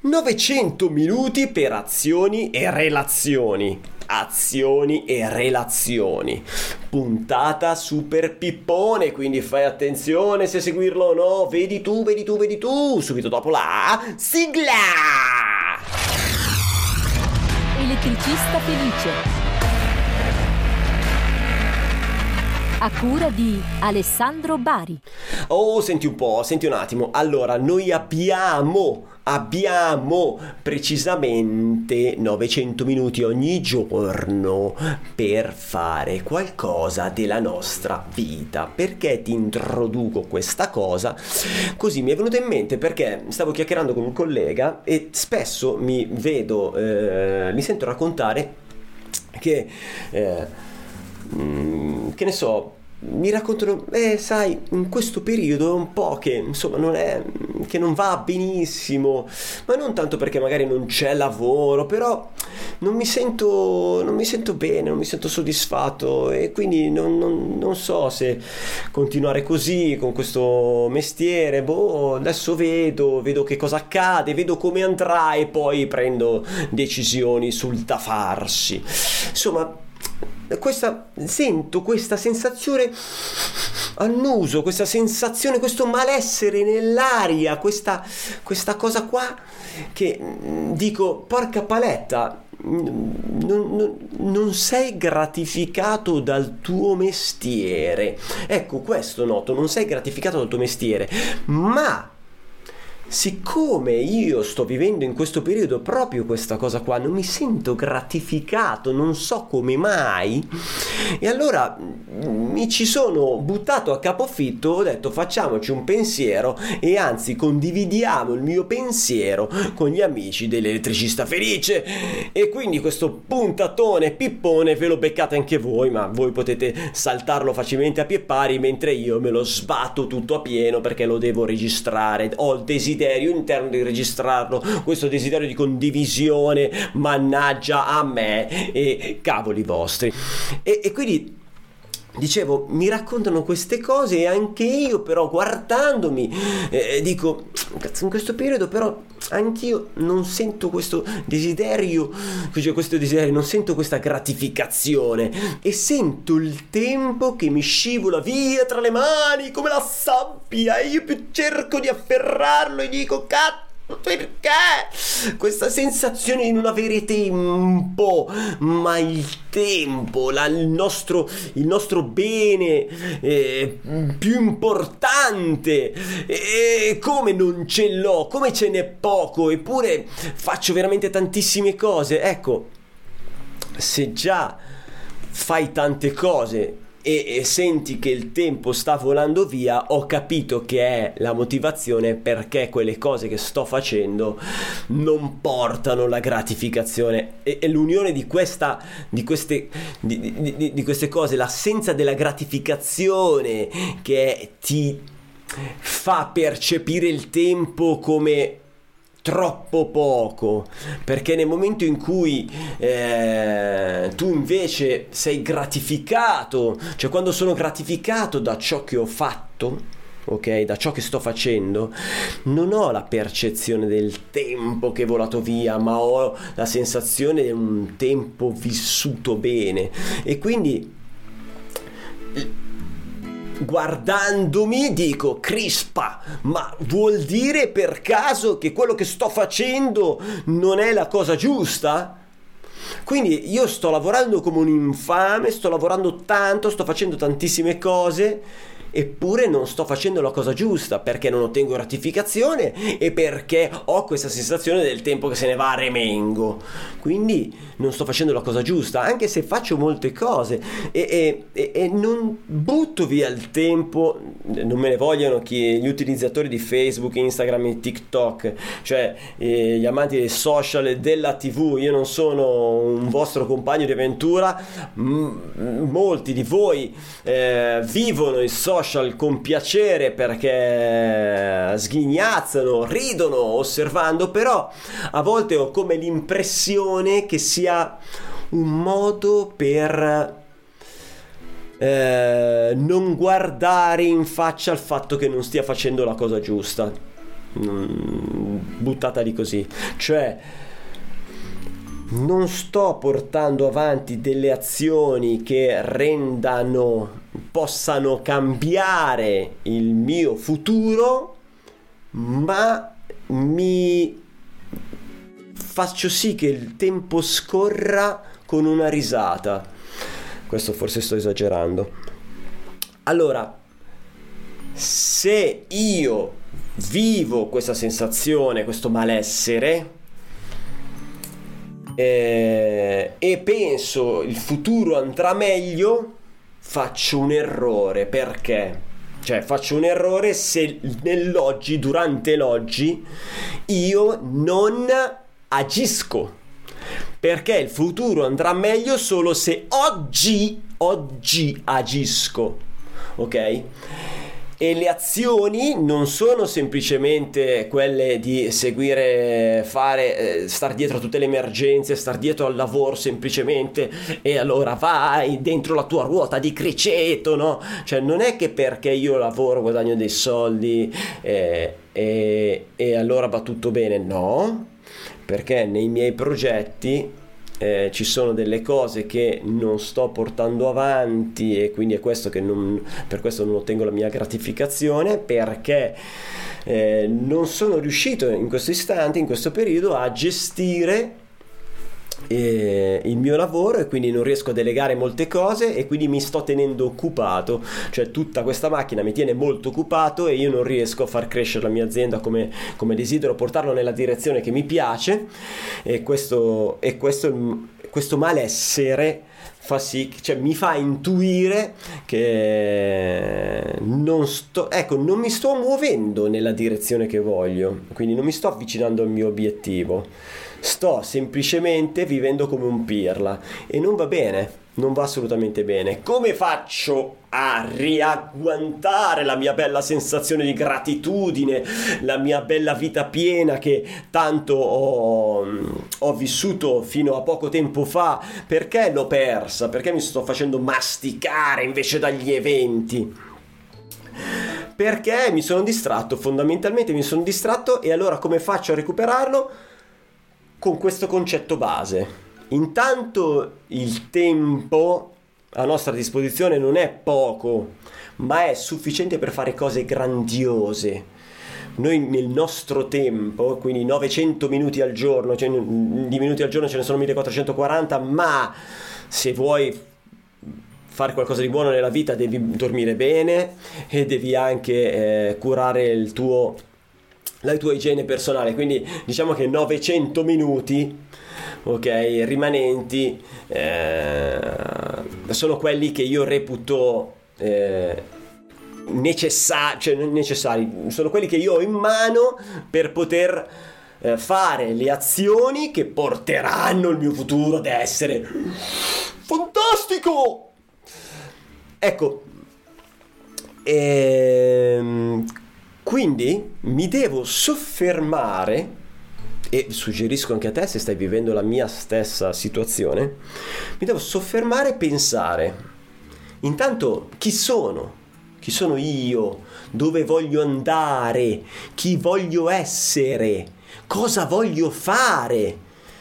900 minuti per azioni e relazioni. Azioni e relazioni. Puntata super pippone, quindi fai attenzione se seguirlo o no. Vedi tu. Subito dopo la sigla. Elettricista felice. A cura di Alessandro Bari. Oh, senti un attimo. Allora, noi abbiamo precisamente 900 minuti ogni giorno per fare qualcosa della nostra vita. Perché ti introduco questa cosa? Così mi è venuto in mente perché stavo chiacchierando con un collega e spesso mi sento raccontare che ne so, mi raccontano, sai, in questo periodo è un po' che insomma che non va benissimo, ma non tanto perché magari non c'è lavoro, però non mi sento bene, non mi sento soddisfatto e quindi non so se continuare così con questo mestiere. Adesso vedo che cosa accade, vedo come andrà e poi decisioni sul da farsi. Insomma, sento questa sensazione annuso, questa sensazione, questo malessere nell'aria, questa cosa qua che dico, porca paletta, non sei gratificato dal tuo mestiere. Ecco, questo noto, non sei gratificato dal tuo mestiere, ma siccome io sto vivendo in questo periodo proprio questa cosa qua, non mi sento gratificato, non so come mai, e allora mi ci sono buttato a capofitto, ho detto facciamoci un pensiero e anzi condividiamo il mio pensiero con gli amici dell'Elettricista Felice, e quindi questo puntatone pippone ve lo beccate anche voi, ma voi potete saltarlo facilmente a pie pari mentre io me lo sbatto tutto a pieno perché lo devo registrare. Ho il desiderio interno di registrarlo, questo desiderio di condivisione, mannaggia a me e cavoli vostri. E quindi dicevo, mi raccontano queste cose e anche io però guardandomi dico, cazzo, in questo periodo però anch'io non sento questo desiderio, non sento questa gratificazione e sento il tempo che mi scivola via tra le mani come la sabbia e io più cerco di afferrarlo e dico, cazzo, perché questa sensazione di non avere tempo, ma il tempo, il nostro bene più importante, e come non ce l'ho, come ce n'è poco, eppure faccio veramente tantissime cose. Ecco, se già fai tante cose e senti che il tempo sta volando via, ho capito che è la motivazione perché quelle cose che sto facendo non portano la gratificazione, e l'unione di queste cose, l'assenza della gratificazione che ti fa percepire il tempo come troppo poco, perché nel momento in cui tu invece sei gratificato, cioè quando sono gratificato da ciò che ho fatto, ok, da ciò che sto facendo, non ho la percezione del tempo che è volato via, ma ho la sensazione di un tempo vissuto bene. E quindi guardandomi dico, crispa, ma vuol dire per caso che quello che sto facendo non è la cosa giusta? Quindi io sto lavorando come un infame, sto lavorando tanto, sto facendo tantissime cose, eppure non sto facendo la cosa giusta perché non ottengo gratificazione e perché ho questa sensazione del tempo che se ne va a remengo. Quindi non sto facendo la cosa giusta, anche se faccio molte cose e non butto via il tempo. Non me ne vogliono gli utilizzatori di Facebook, Instagram e TikTok, cioè gli amanti dei social e della TV. Io non sono un vostro compagno di avventura. Molti di voi vivono i social con piacere perché sghignazzano, ridono osservando, però a volte ho come l'impressione che sia un modo per non guardare in faccia al fatto che non stia facendo la cosa giusta. buttata lì così. Cioè, non sto portando avanti delle azioni che possano cambiare il mio futuro, ma mi faccio sì che il tempo scorra con una risata. Questo forse sto esagerando. Allora, se io vivo questa sensazione, questo malessere, e penso il futuro andrà meglio, faccio un errore. Perché? Cioè, faccio un errore se nell'oggi, durante l'oggi, io non agisco, perché il futuro andrà meglio solo se oggi agisco, ok? E le azioni non sono semplicemente quelle di seguire, star dietro a tutte le emergenze, star dietro al lavoro semplicemente, e allora vai dentro la tua ruota di criceto, no? Cioè, non è che perché io lavoro guadagno dei soldi e allora va tutto bene, no, perché nei miei progetti ci sono delle cose che non sto portando avanti, e quindi è questo che per questo non ottengo la mia gratificazione, perché non sono riuscito in questo istante, in questo periodo, a gestire il mio lavoro, e quindi non riesco a delegare molte cose, e quindi mi sto tenendo occupato. Cioè, tutta questa macchina mi tiene molto occupato e io non riesco a far crescere la mia azienda come desidero, portarlo nella direzione che mi piace, e questo malessere fa sì, cioè mi fa intuire che non mi sto muovendo nella direzione che voglio, quindi non mi sto avvicinando al mio obiettivo, sto semplicemente vivendo come un pirla, e non va bene, non va assolutamente bene. Come faccio a riagguantare la mia bella sensazione di gratitudine, la mia bella vita piena che tanto ho vissuto fino a poco tempo fa? Perché l'ho persa? Perché mi sto facendo masticare invece dagli eventi? Perché mi sono distratto, fondamentalmente mi sono distratto. E allora come faccio a recuperarlo? Con questo concetto base. Intanto il tempo a nostra disposizione non è poco, ma è sufficiente per fare cose grandiose. Noi nel nostro tempo, quindi 900 minuti al giorno, cioè di minuti al giorno ce ne sono 1440, ma se vuoi fare qualcosa di buono nella vita devi dormire bene, e devi anche curare la tua igiene personale. Quindi diciamo che 900 minuti, ok, rimanenti, sono quelli che io reputo necessari, sono quelli che io ho in mano per poter fare le azioni che porteranno il mio futuro ad essere fantastico. Ecco, quindi mi devo soffermare, e suggerisco anche a te, se stai vivendo la mia stessa situazione, mi devo soffermare e pensare intanto chi sono io, dove voglio andare, chi voglio essere, cosa voglio fare.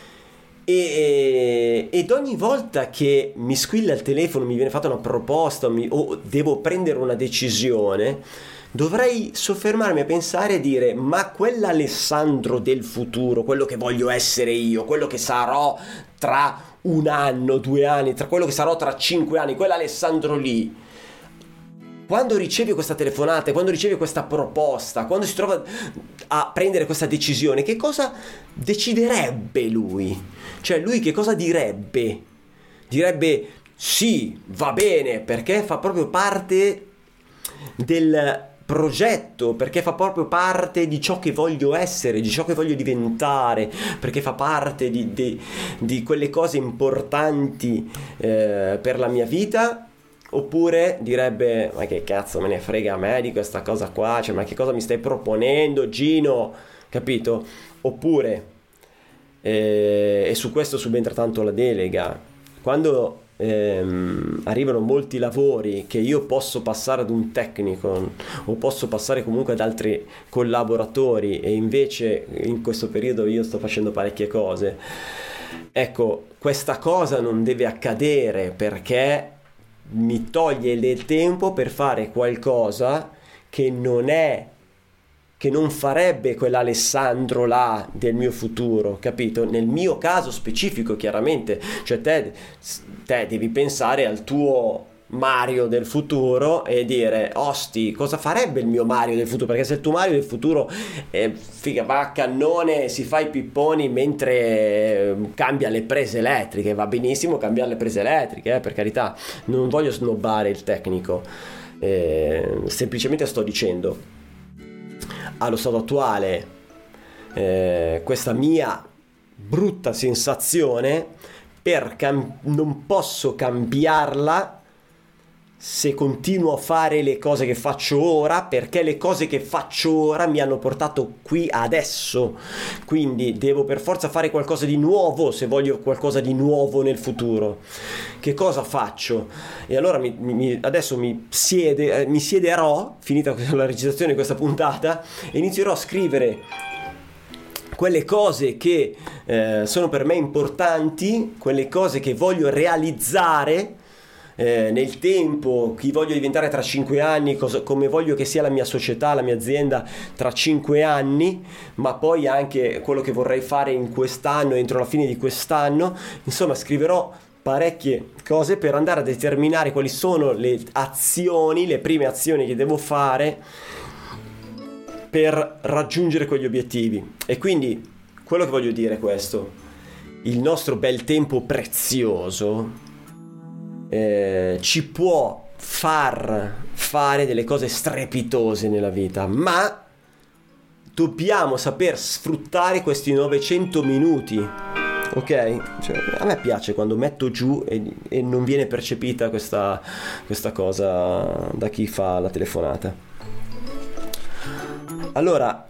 Ed ogni volta che mi squilla il telefono, mi viene fatta una proposta o devo prendere una decisione, dovrei soffermarmi a pensare e dire: ma quell'Alessandro del futuro, quello che voglio essere io, quello che sarò tra 1 anno, 2 anni, tra quello che sarò tra 5 anni, quell'Alessandro lì, quando riceve questa telefonata, quando riceve questa proposta, quando si trova a prendere questa decisione, che cosa deciderebbe lui? Cioè, lui che cosa direbbe? Direbbe sì, va bene, perché fa proprio parte del progetto, perché fa proprio parte di ciò che voglio essere, di ciò che voglio diventare, perché fa parte di quelle cose importanti per la mia vita. Oppure direbbe: ma che cazzo me ne frega a me di questa cosa qua, cioè, ma che cosa mi stai proponendo, Gino, capito? Oppure e su questo subentra tanto la delega, quando arrivano molti lavori che io posso passare ad un tecnico o posso passare comunque ad altri collaboratori, e invece in questo periodo io sto facendo parecchie cose. Ecco, questa cosa non deve accadere, perché mi toglie del tempo per fare qualcosa che non farebbe quell'Alessandro là del mio futuro, capito? Nel mio caso specifico, chiaramente, cioè te devi pensare al tuo Mario del futuro e dire: osti, cosa farebbe il mio Mario del futuro? Perché se il tuo Mario del futuro va a cannone, si fa i pipponi mentre cambia le prese elettriche, va benissimo cambiare le prese elettriche, per carità, non voglio snobbare il tecnico, semplicemente sto dicendo, allo stato attuale, questa mia brutta sensazione non posso cambiarla se continuo a fare le cose che faccio ora, perché le cose che faccio ora mi hanno portato qui adesso, quindi devo per forza fare qualcosa di nuovo se voglio qualcosa di nuovo nel futuro. Che cosa faccio? E allora adesso mi siederò, finita la registrazione di questa puntata, e inizierò a scrivere quelle cose che sono per me importanti, quelle cose che voglio realizzare nel tempo, chi voglio diventare tra 5 anni, come voglio che sia la mia società, la mia azienda tra 5 anni, ma poi anche quello che vorrei fare in quest'anno, entro la fine di quest'anno. Insomma, scriverò parecchie cose per andare a determinare quali sono le prime azioni che devo fare per raggiungere quegli obiettivi. E quindi quello che voglio dire è questo: il nostro bel tempo prezioso ci può far fare delle cose strepitose nella vita, ma dobbiamo saper sfruttare questi 900 minuti, ok? Cioè, a me piace quando metto giù e non viene percepita questa cosa da chi fa la telefonata. Allora,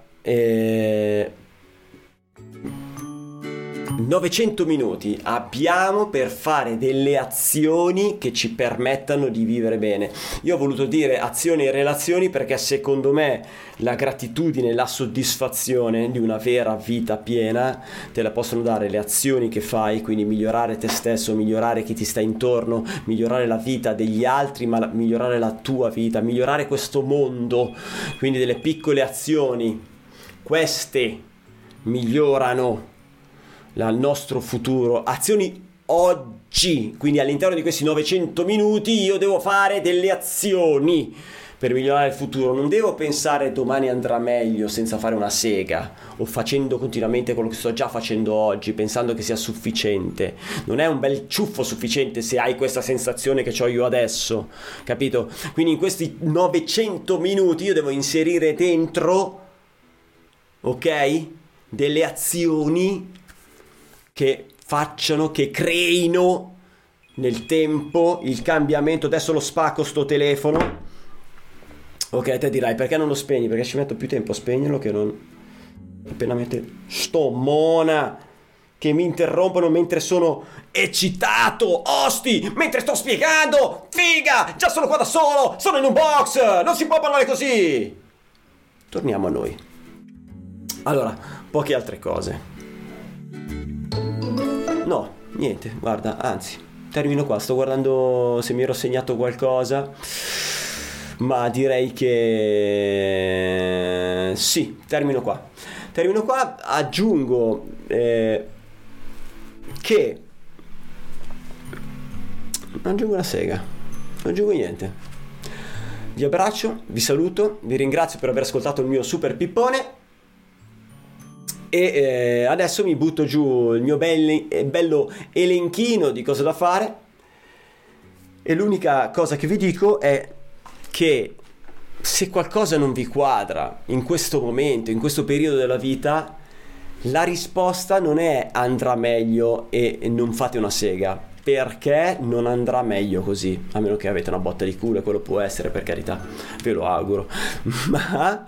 900 minuti abbiamo per fare delle azioni che ci permettano di vivere bene. Io ho voluto dire azioni e relazioni perché secondo me la gratitudine, la soddisfazione di una vera vita piena te la possono dare le azioni che fai, quindi migliorare te stesso, migliorare chi ti sta intorno, migliorare la vita degli altri, ma migliorare la tua vita, migliorare questo mondo. Quindi delle piccole azioni, queste migliorano il nostro futuro, azioni oggi. Quindi all'interno di questi 900 minuti io devo fare delle azioni per migliorare il futuro. Non devo pensare domani andrà meglio senza fare una sega, o facendo continuamente quello che sto già facendo oggi, pensando che sia sufficiente. Non è un bel ciuffo sufficiente se hai questa sensazione che ho io adesso, capito? Quindi in questi 900 minuti io devo inserire dentro, ok, delle azioni che facciano, che creino nel tempo il cambiamento. Adesso lo spacco sto telefono, ok? Te dirai perché non lo spegni? Perché ci metto più tempo a spegnerlo che non appena mette sto mona che mi interrompono mentre sono eccitato, osti, mentre sto spiegando, figa, già sono qua da solo, sono in un box, non si può parlare così. Torniamo a noi. Allora, poche altre cose. No, niente, guarda, anzi, termino qua. Sto guardando se mi ero segnato qualcosa, ma direi che sì, termino qua. Aggiungo che non aggiungo una sega, non aggiungo niente. Vi abbraccio, vi saluto, vi ringrazio per aver ascoltato il mio super pippone. E adesso mi butto giù il mio bello elenchino di cose da fare, e l'unica cosa che vi dico è che se qualcosa non vi quadra in questo momento, in questo periodo della vita, la risposta non è andrà meglio e non fate una sega, perché non andrà meglio così, a meno che avete una botta di culo, e quello può essere, per carità, ve lo auguro, ma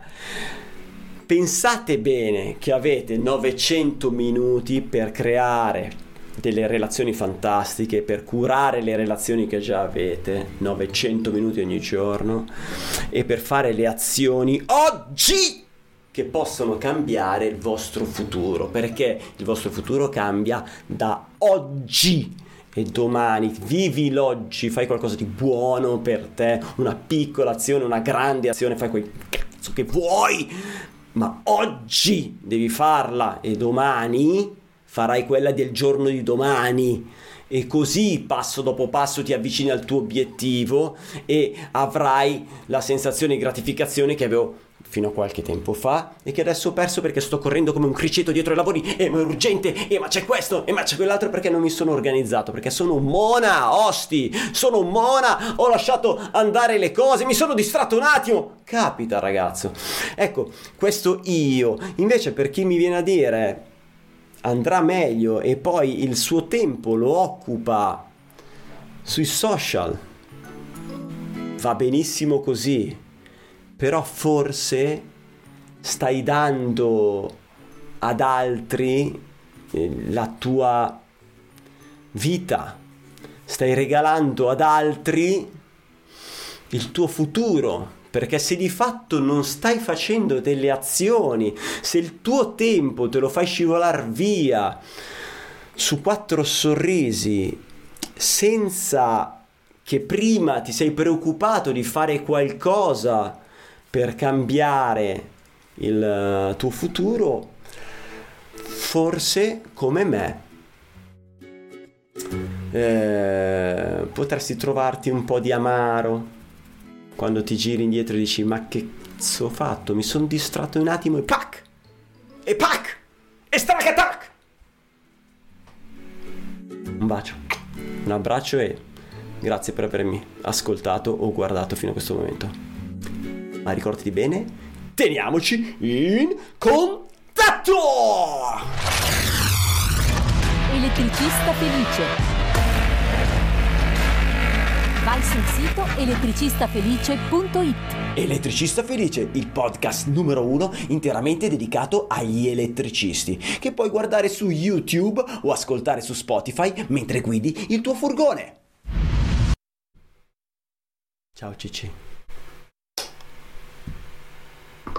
pensate bene che avete 900 minuti per creare delle relazioni fantastiche, per curare le relazioni che già avete, 900 minuti ogni giorno, e per fare le azioni oggi che possono cambiare il vostro futuro, perché il vostro futuro cambia da oggi. E domani vivi l'oggi, fai qualcosa di buono per te, una piccola azione, una grande azione, fai quel cazzo che vuoi, ma oggi devi farla e domani farai quella del giorno di domani, e così passo dopo passo ti avvicini al tuo obiettivo e avrai la sensazione di gratificazione che avevo fino a qualche tempo fa e che adesso ho perso perché sto correndo come un criceto dietro ai lavori, e ma è urgente, e ma c'è questo, e ma c'è quell'altro, perché non mi sono organizzato, perché sono un mona, osti, sono un mona, ho lasciato andare le cose, mi sono distratto un attimo. Capita, ragazzo. Ecco, questo io. Invece, per chi mi viene a dire andrà meglio e poi il suo tempo lo occupa sui social, va benissimo così, però forse stai dando ad altri la tua vita, stai regalando ad altri il tuo futuro, perché se di fatto non stai facendo delle azioni, se il tuo tempo te lo fai scivolar via su 4 sorrisi senza che prima ti sei preoccupato di fare qualcosa per cambiare il tuo futuro, forse come me potresti trovarti un po' di amaro quando ti giri indietro e dici: ma che cazzo ho fatto? Mi sono distratto un attimo e pac! E pac! E stracatac! Un bacio, un abbraccio e grazie per avermi ascoltato o guardato fino a questo momento. Ma ricordati bene, teniamoci in contatto! Elettricista felice. Vai sul sito elettricistafelice.it. Elettricista Felice, il podcast numero 1 interamente dedicato agli elettricisti, che puoi guardare su YouTube o ascoltare su Spotify mentre guidi il tuo furgone. Ciao Cicci.